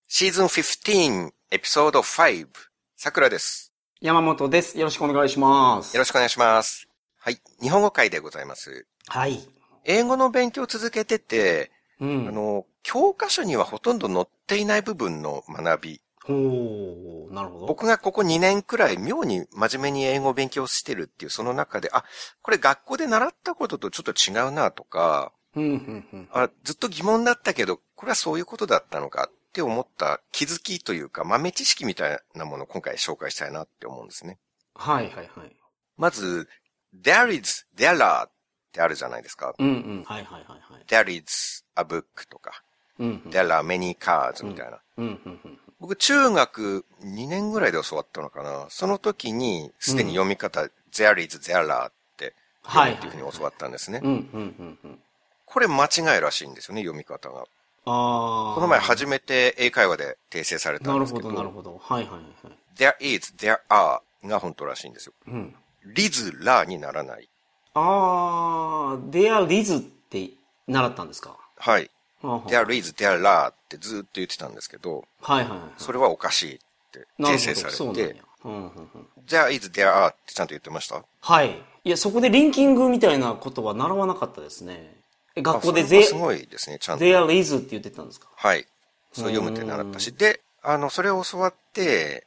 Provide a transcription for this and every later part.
シーズン15、エピソード5、桜です。 山本です。よろしくお願いします。 よろしくお願いします。はい。日本語会でございます。 はい。 英語の勉強を続けてて、 うん、 教科書にはほとんど載っていない部分の学び。 ほう、なるほど。 僕がここ2年くらい妙に真面目に英語を勉強してるっていうその中で、これ学校で習ったこととちょっと違うなとか、ずっと疑問だったけど、これはそういうことだったのかって思った気づきというか豆知識みたいなものを今回紹介したいなって思うんですね。 はいはいはい。 まず、there is, there are ってあるじゃないですか。 はいはいはいはい。 there is a book とか、there are many cards みたいな。僕中学2年ぐらいで教わったのかな。その時にすでに読み方、there is, there are って読むっていうふうに教わったんですね。これ間違いらしいんですよね、読み方が。この前初めて英会話で訂正されたんですけど。 なるほど。はいはいはい。 there is, there are が本当らしいんですよ。リズラにならない。 there is って習ったんですか？ はい。there is, there are ってずっと言ってたんですけど、 はいはいはい。 それはおかしいって訂正されて、there is, there are ってちゃんと言ってました？ はい。いや、そこでリンキングみたいなことは習わなかったですね。学校ですごいですね、ちゃんと。 there is って言ってたんですか？ はい。そう読むって習ったし。で、それを教わって、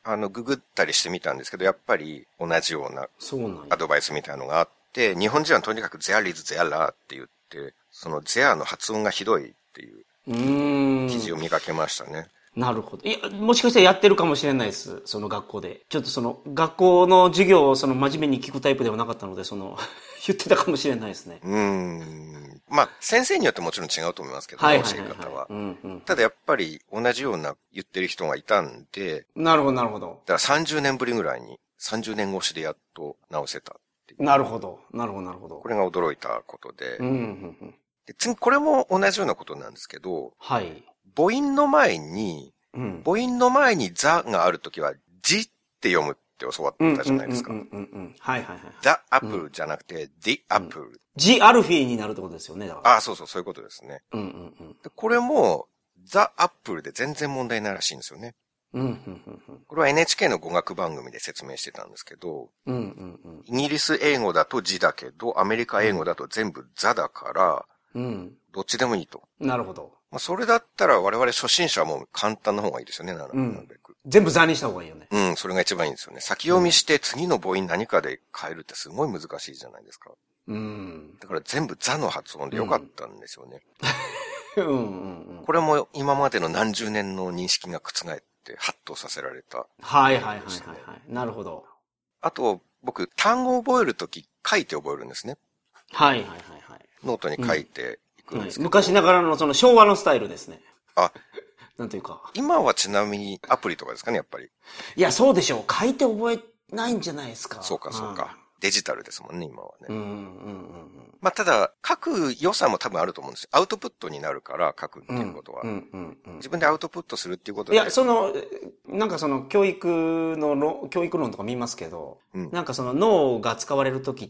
ググったりしてみたんですけど、やっぱり同じようなアドバイスみたいなのがあって、日本人はとにかく there is, there are って言って、その there の発音がひどいっていう記事を見かけましたね。 なるほど。いや、もしかしたらやってるかもしれないです。その学校で。ちょっとその、学校の授業を真面目に聞くタイプではなかったので、言ってたかもしれないですね。 まあ、先生によってもちろん違うと思いますけど、教え方は。ただやっぱり同じような言ってる人がいたんで。 なるほど、なるほど。 だから30年ぶりぐらいに、30年越しでやっと直せたっていう。 なるほど、なるほど、なるほど。 これが驚いたことで。で次、これも同じようなことなんですけど、 はい。 母音の前に、母音の前にザがあるときは、ジって読むって教わったじゃないですか。 はいはいはい。 the apple じゃなくて、the apple。 ジアルフィーになるってことですよね、だから。 そういうことですね。でこれも、the apple で全然問題ないらしいんですよね。これは NHK の語学番組で説明してたんですけど、イギリス英語だと字だけど、アメリカ英語だと全部ザだから、どっちでもいいと。 なるほど。 まあ、それだったら我々初心者はもう簡単な方がいいですよね、なるべく。 全部ザにした方がいいよね。 それが一番いいんですよね。先読みして次の母音何かで変えるってすごい難しいじゃないですか。だから全部ザの発音でよかったんですよね。これも今までの何十年の認識が覆ってハッとさせられた。 はい。なるほど。 あと、僕、単語を覚えるとき書いて覚えるんですね。 はい。 ノートに書いていくんですけど。 昔ながらのその昭和のスタイルですね。なんというか。 今はちなみにアプリとかですかね、やっぱり。 いや、そうでしょう。書いて覚えないんじゃないですか。 そうか。デジタルですもんね、今はね。まあ、ただ、書く良さも多分あると思うんですよ。アウトプットになるから書くっていうことは。自分でアウトプットするっていうことで。 いや、なんか教育論とか見ますけど、なんか脳が使われるときって、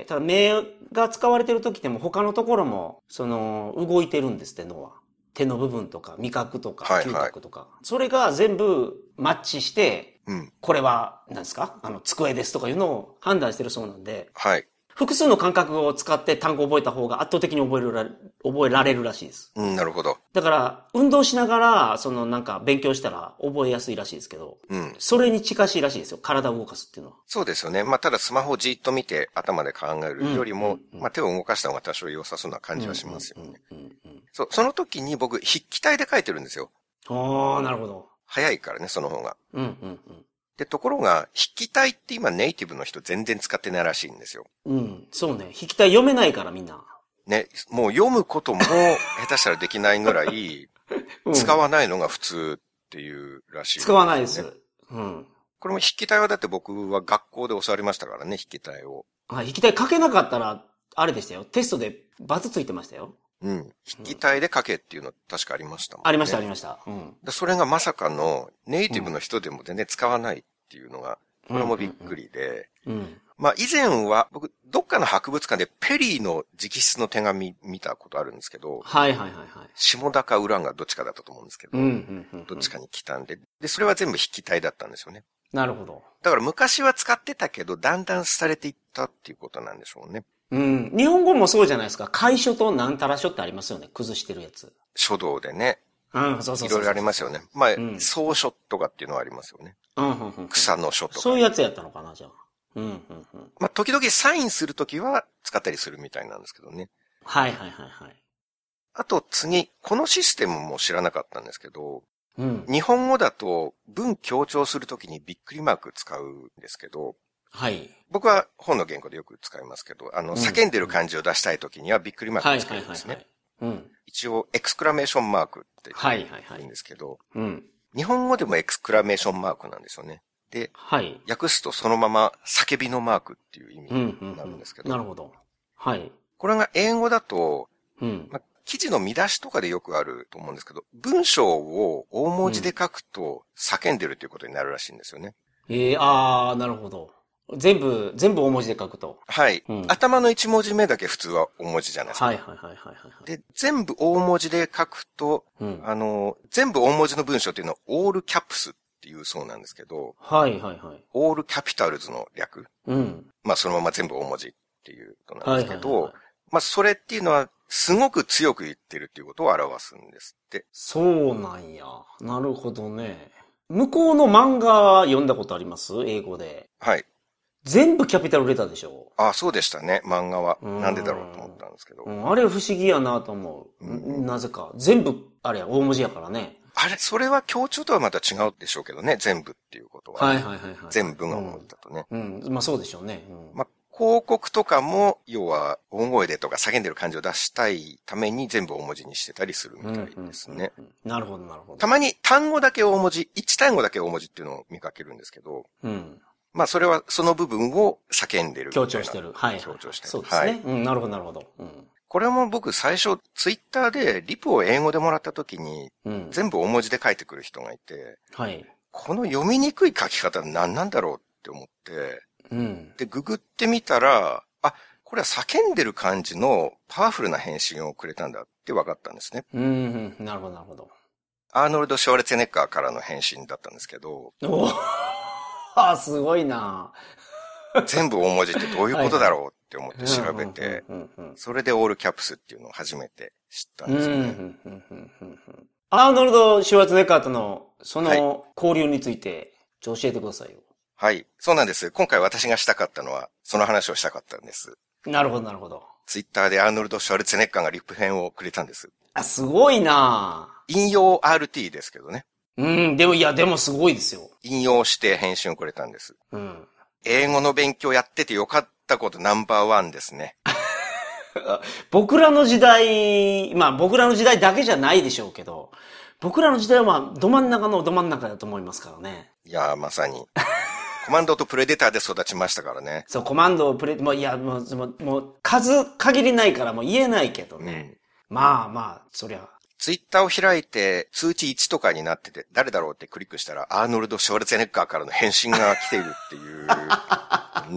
ただ目が使われてるときっても他のところも、動いてるんですって、脳は。手の部分とか、味覚とか、嗅覚とか。それが全部マッチして、これは、何ですか？机ですとかいうのを判断してるそうなんで、複数の感覚を使って単語を覚えた方が圧倒的に覚えられるらしいです。 なるほど。 だから、運動しながら、なんか勉強したら覚えやすいらしいですけど、それに近しいらしいですよ。体を動かすっていうのは。 そうですよね。まあ、ただスマホをじっと見て頭で考えるよりも、まあ、手を動かした方が多少良さそうな感じはしますよね。その時に僕、筆記体で書いてるんですよ。 なるほど。 早いからね、その方が。で、ところが、筆記体って今ネイティブの人全然使ってないらしいんですよ。 そうね。筆記体読めないからみんな。 ね、もう読むことも下手したらできないぐらい、使わないのが普通っていうらしい、 使わないです。 これも筆記体はだって僕は学校で教わりましたからね、筆記体を。 筆記体書けなかったら、あれでしたよ。テストでバツついてましたよ。 筆記体で書けっていうの確かありましたもんね。 ありました。 それがまさかのネイティブの人でも全然使わないっていうのが、これもびっくりで、 まあ以前は僕、どっかの博物館でペリーの直筆の手紙見たことあるんですけど、 はいはいはいはい。 下田か裏がどっちかだったと思うんですけど、どっちかに来たんで、で、それは全部筆記体だったんですよね。 なるほど。 だから昔は使ってたけど、だんだん廃れていったっていうことなんでしょうね。 うん。日本語もそうじゃないですか。楷書となんたら書ってありますよね。崩してるやつ。 書道でね。 うん、そうそうそう。 いろいろありますよね。まあ、草書とかっていうのはありますよね。草の書とか。 そういうやつやったのかな、じゃあ。 まあ、時々サインするときは使ったりするみたいなんですけどね。 はいはいはいはい。 あと次、このシステムも知らなかったんですけど、 うん、 日本語だと文強調するときにびっくりマーク使うんですけど、 はい。 僕は本の原稿でよく使いますけど、叫んでる感じを出したいときにはびっくりマーク使うんですね。一応、エクスクラメーションマークって言うんですけど、日本語でもエクスクラメーションマークなんですよね。で、訳すとそのまま叫びのマークっていう意味になるんですけど。 なるほど。はい。 これが英語だと、まあ、記事の見出しとかでよくあると思うんですけど、文章を大文字で書くと叫んでるということになるらしいんですよね。 なるほど。全部大文字で書くと。 はい。頭の1文字目だけ普通は大文字じゃないですか。 はいはいはいはい。 で、全部大文字で書くと、全部大文字の文章っていうのはオールキャップスっていうそうなんですけど、 はいはいはい。 オールキャピタルズの略。まあそのまま全部大文字っていうことなんですけど、まあそれっていうのはすごく強く言ってるっていうことを表すんですって。 そうなんや。なるほどね。向こうの漫画読んだことあります？英語で。 はい。 全部キャピタルレターでしょ？ あ、そうでしたね、漫画は。なんでだろうと思ったんですけど。 あれ不思議やなと思う。なぜか。全部、あれや、大文字やからね。 あれ、それは強調とはまた違うでしょうけどね、全部っていうことは、ね。はい。全部が思ったとね。 まあそうでしょうね。 まあ広告とかも、要は、大声でとか叫んでる感じを出したいために全部大文字にしてたりするみたいですね。 なるほど、なるほど。 たまに単語だけ大文字、一単語だけ大文字っていうのを見かけるんですけど、まあそれはその部分を叫んでる。 強調してる。はい。 強調してる。 そうですね。なるほど、なるほど。 これも僕最初、ツイッターでリプを英語でもらった時に、全部大文字で書いてくる人がいて、この読みにくい書き方何なんだろうって思って、で、ググってみたら、これは叫んでる感じのパワフルな返信をくれたんだって分かったんですね。 なるほど、なるほど。 アーノルド・シュワルツェネッガーからの返信だったんですけど。 すごいな全部大文字ってどういうことだろうって思って調べて、それでオールキャップスっていうのを初めて知ったんですよね。 アーノルド・シュワルツェネッガーとのその交流について教えてくださいよ。 はい。そうなんです。今回私がしたかったのは、その話をしたかったんです。 なるほど、なるほど。 ツイッターでアーノルド・シュワルツェネッガーがリップ編をくれたんです。 すごいな引用 RT ですけどね。 でもすごいですよ。 引用して返信をくれたんです。英語の勉強やっててよかったことナンバー1ですね。 僕らの時代だけじゃないでしょうけど、僕らの時代はど真ん中のど真ん中だと思いますからね。 いやー、まさに。コマンドとプレデターで育ちましたからね。 そう、コマンド、もう数限りないからもう言えないけどね。まあ、そりゃ。 ツイッターを開いて通知1とかになってて、誰だろうってクリックしたら、アーノルド・シュワルツェネッガーからの返信が来ているっていう、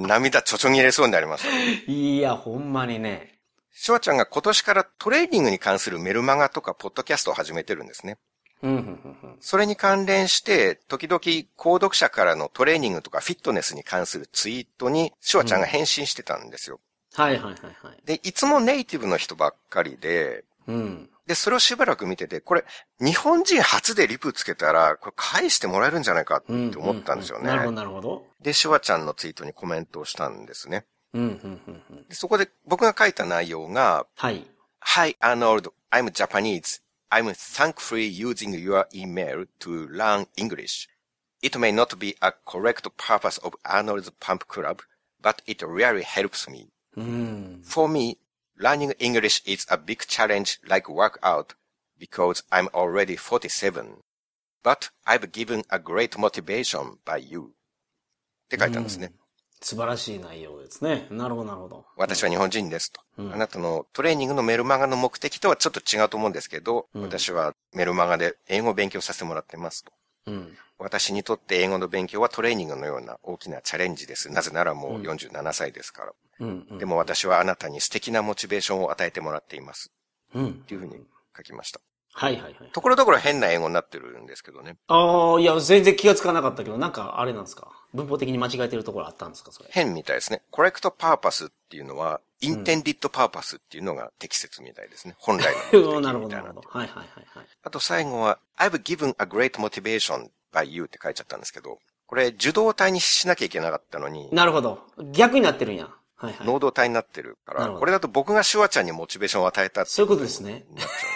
涙ちょちょぎれそうになりました。 いや、ほんまにね。 シュワちゃんが今年からトレーニングに関するメルマガとかポッドキャストを始めてるんですね。それに関連して、時々購読者からのトレーニングとかフィットネスに関するツイートに、シュワちゃんが返信してたんですよ。で、いつもネイティブの人ばっかりで、で、それをしばらく見てて、これ、日本人初でリプつけたら、これ返してもらえるんじゃないかって思ったんですよね。 なるほど、なるほど。 で、シュワちゃんのツイートにコメントをしたんですね。でそこで僕が書いた内容が、Hi, Arnold, I'm Japanese.I'm thankfully using your email to learn English. It may not be a correct purpose of Arnold's Pump Club, but it really helps me. For me, learning English is a big challenge like workout because I'm already 47. But I've given a great motivation by you. って書いたんですね。 素晴らしい内容ですね。なるほど、なるほど。 私は日本人ですと。あなたのトレーニングのメルマガの目的とはちょっと違うと思うんですけど、私はメルマガで英語を勉強させてもらってますと。 私にとって英語の勉強はトレーニングのような大きなチャレンジです。なぜならもう47歳ですから。でも私はあなたに素敵なモチベーションを与えてもらっています。っていうふうに書きました。 はいはいはい。 ところどころ変な英語になってるんですけどね。 いや、全然気がつかなかったけど、なんかあれなんですか？文法的に間違えてるところあったんですかそれ？ 変みたいですね。correct purpose っていうのは、intended purpose っていうのが適切みたいですね。本来の目的みたいな。 なるほど、なるほど。はいはいはいはい。 あと最後は、I've given a great motivation by you って書いちゃったんですけど、これ、受動体にしなきゃいけなかったのに。 なるほど。逆になってるんや。はいはい。 能動体になってるから、これだと僕がシュワちゃんにモチベーションを与えたってそういうことですね。 なっちゃうんですよね。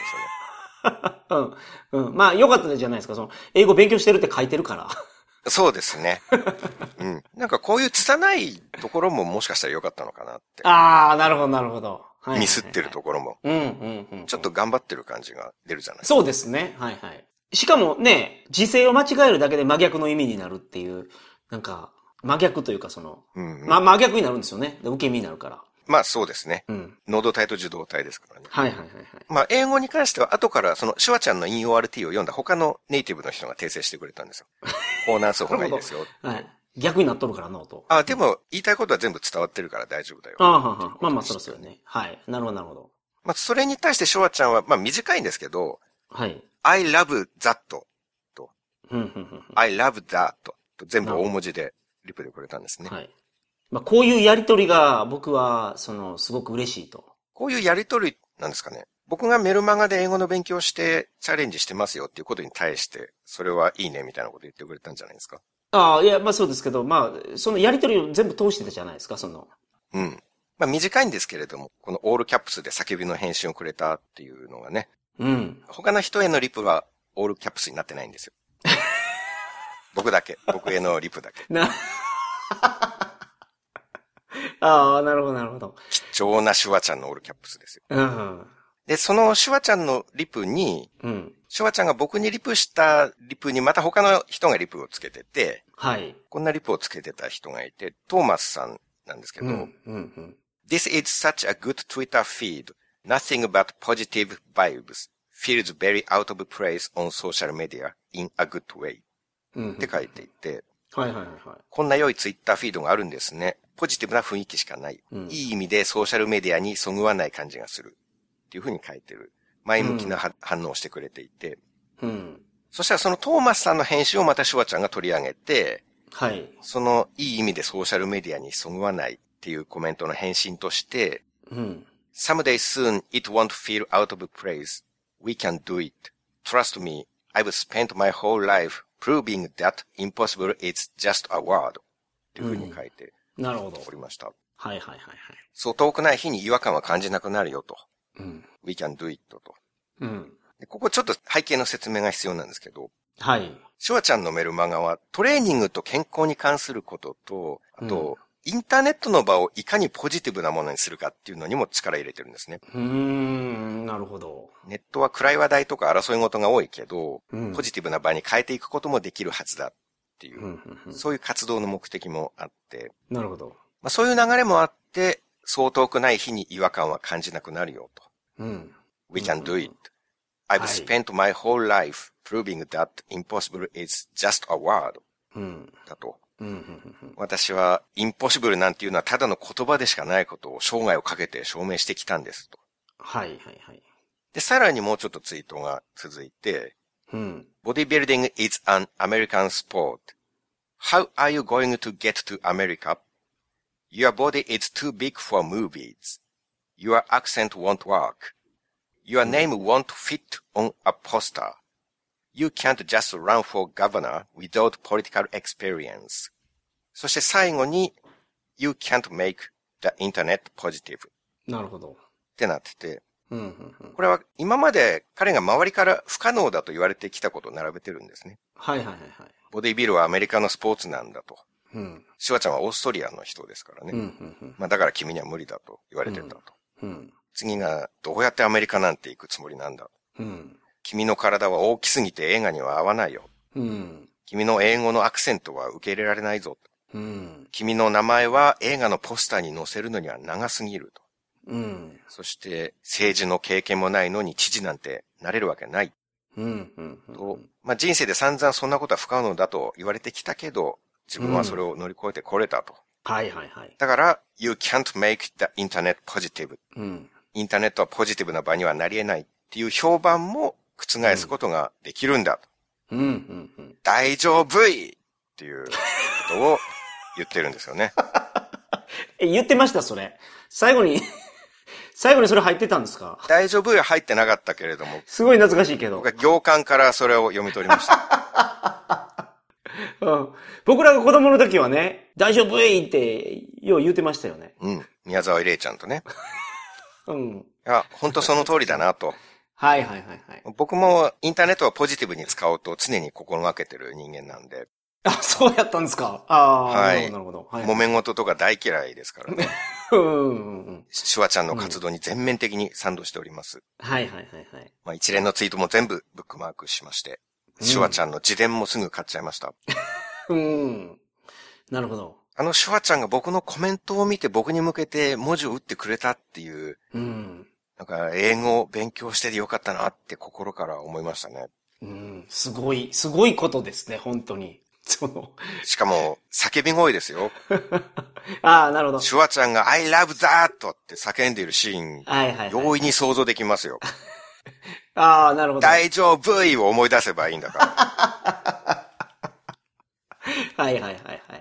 まあ、良かったじゃないですか。英語勉強してるって書いてるから。 そうですね。なんかこういう拙いところももしかしたら良かったのかなって。 なるほど、なるほど。 ミスってるところも。ちょっと頑張ってる感じが出るじゃないですか。そうですね。はいはい。しかもね、時制を間違えるだけで真逆の意味になるっていう、なんか、真逆というか真逆になるんですよね。受け身になるから。 まあそうですね。能動体と受動体ですからね。 はいはいはいはい。 まあ英語に関しては後からシュワちゃんの INORT を読んだ他のネイティブの人が訂正してくれたんですよ。こう直す方がいいですよ。 はい。逆になっとるからノート。 でも言いたいことは全部伝わってるから大丈夫だよ。 まあそうですよね。はい。なるほどなるほど。 まあそれに対してシュワちゃんはまあ短いんですけど、 はい。 I love that と、I love that と全部大文字でリプでくれたんですね。 はい。まあ、こういうやりとりが僕は、すごく嬉しいと。 こういうやりとりなんですかね。僕がメルマガで英語の勉強してチャレンジしてますよっていうことに対して、それはいいねみたいなこと言ってくれたんじゃないですか。 いや、まあそうですけど、まあ、そのやりとりを全部通してたじゃないですか、 まあ短いんですけれども、このオールキャップスで叫びの返信をくれたっていうのがね。他の人へのリプはオールキャップスになってないんですよ。僕へのリプだけ。 なるほど、なるほど。 貴重なシュワちゃんのオールキャップスですよ。で、そのシュワちゃんのリプに、シュワちゃんが僕にリプしたリプにまた他の人がリプをつけてて、 はい。 こんなリプをつけてた人がいて、トーマスさんなんですけど、This is such a good Twitter feed. Nothing but positive vibes. Feels very out of place on social media in a good way. って書いていて、こんな良いツイッターフィードがあるんですね。ポジティブな雰囲気しかない。いい意味でソーシャルメディアにそぐわない感じがする。っていうふうに書いてる。前向きな反応をしてくれていて。そしたらそのトーマスさんの返信をまたシュワちゃんが取り上げて、そのいい意味でソーシャルメディアにそぐわないっていうコメントの返信として、Someday soon it won't feel out of place. We can do it. Trust me, I've spent my whole life proving that impossible is just a word. っていうふうに書いておりました。そう遠くない日に違和感は感じなくなるよと。We can do it と。ここちょっと背景の説明が必要なんですけど、シュワちゃんのメルマガはトレーニングと健康に関することと、あと、インターネットの場をいかにポジティブなものにするかっていうのにも力入れてるんですね。 なるほど。 ネットは暗い話題とか争い事が多いけど、ポジティブな場に変えていくこともできるはずだっていう、そういう活動の目的もあって。 なるほど。 まあ、そういう流れもあって、そう遠くない日に違和感は感じなくなるよと。We can do it. I've spent my whole life proving that impossible is just a word. だと。私はインポッシブルなんていうのはただの言葉でしかないことを生涯をかけて証明してきたんですと。で、さらにもうちょっとツイートが続いて、Bodybuilding is an American sport. How are you going to get to America? Your body is too big for movies. Your accent won't work. Your name won't fit on a poster. You can't just run for governor without political experience. そして最後に You can't make the internet positive. なるほど。 ってなってて、これは今まで彼が周りから不可能だと言われてきたことを並べてるんですね。ボディビルはアメリカのスポーツなんだと。シュワちゃんはオーストリアの人ですからね。まあだから君には無理だと言われてたと。次がどうやってアメリカなんて行くつもりなんだ。君の体は大きすぎて映画には合わないよ。君の英語のアクセントは受け入れられないぞ。君の名前は映画のポスターに載せるのには長すぎると。そして政治の経験もないのに知事なんてなれるわけない。 まあ、人生で散々そんなことは不可能だと言われてきたけど、自分はそれを乗り越えてこれたと。 はいはいはい。 だから、you can't make the internet positive。インターネットはポジティブな場にはなり得ないっていう評判も覆すことができるんだと。大丈夫いっていうことを言ってるんですよね。 言ってましたそれ。最後にそれ入ってたんですか？ 大丈夫いは入ってなかったけれども。 すごい懐かしいけど。 僕は行間からそれを読み取りました。 僕らが子供の時はね、大丈夫いってよう言ってましたよね。 宮沢玲ちゃんとね。いや、本当その通りだなと。 はいはいはいはい。 僕もインターネットをポジティブに使おうと常に心がけてる人間なんで。 あ、そうやったんですか。 はい。 なるほど。 揉め事とか大嫌いですからね。シュワちゃんの活動に全面的に賛同しております。 はいはいはいはい。 まあ一連のツイートも全部ブックマークしまして、シュワちゃんの自伝もすぐ買っちゃいました。 なるほど。 シュワちゃんが僕のコメントを見て僕に向けて文字を打ってくれたっていう、なんか英語を勉強しててよかったなって心から思いましたね。 すごいことですね、本当に。 しかも、叫び声ですよ。 なるほど。 シュワちゃんが I love that って叫んでいるシーン、容易に想像できますよ。 なるほど。 大丈夫いを思い出せばいいんだから。 はいはいはいはい。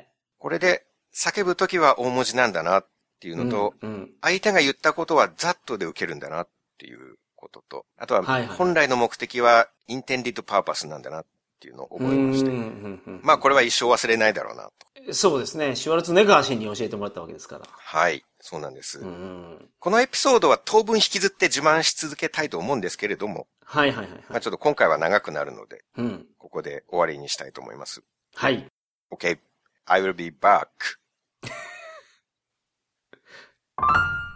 これで、叫ぶときは大文字なんだなっていうのと、相手が言ったことはざっとで受けるんだなっていうことと、あとは本来の目的は intended purpose なんだなっていうのを覚えまして。まあこれは一生忘れないだろうなと。そうですね。シュワルツェネッガー氏に教えてもらったわけですから。 はい。そうなんです。このエピソードは当分引きずって自慢し続けたいと思うんですけれども。 はいはいはい、はい。 まあちょっと今回は長くなるので、ここで終わりにしたいと思います。 はい。 Okay. I will be back.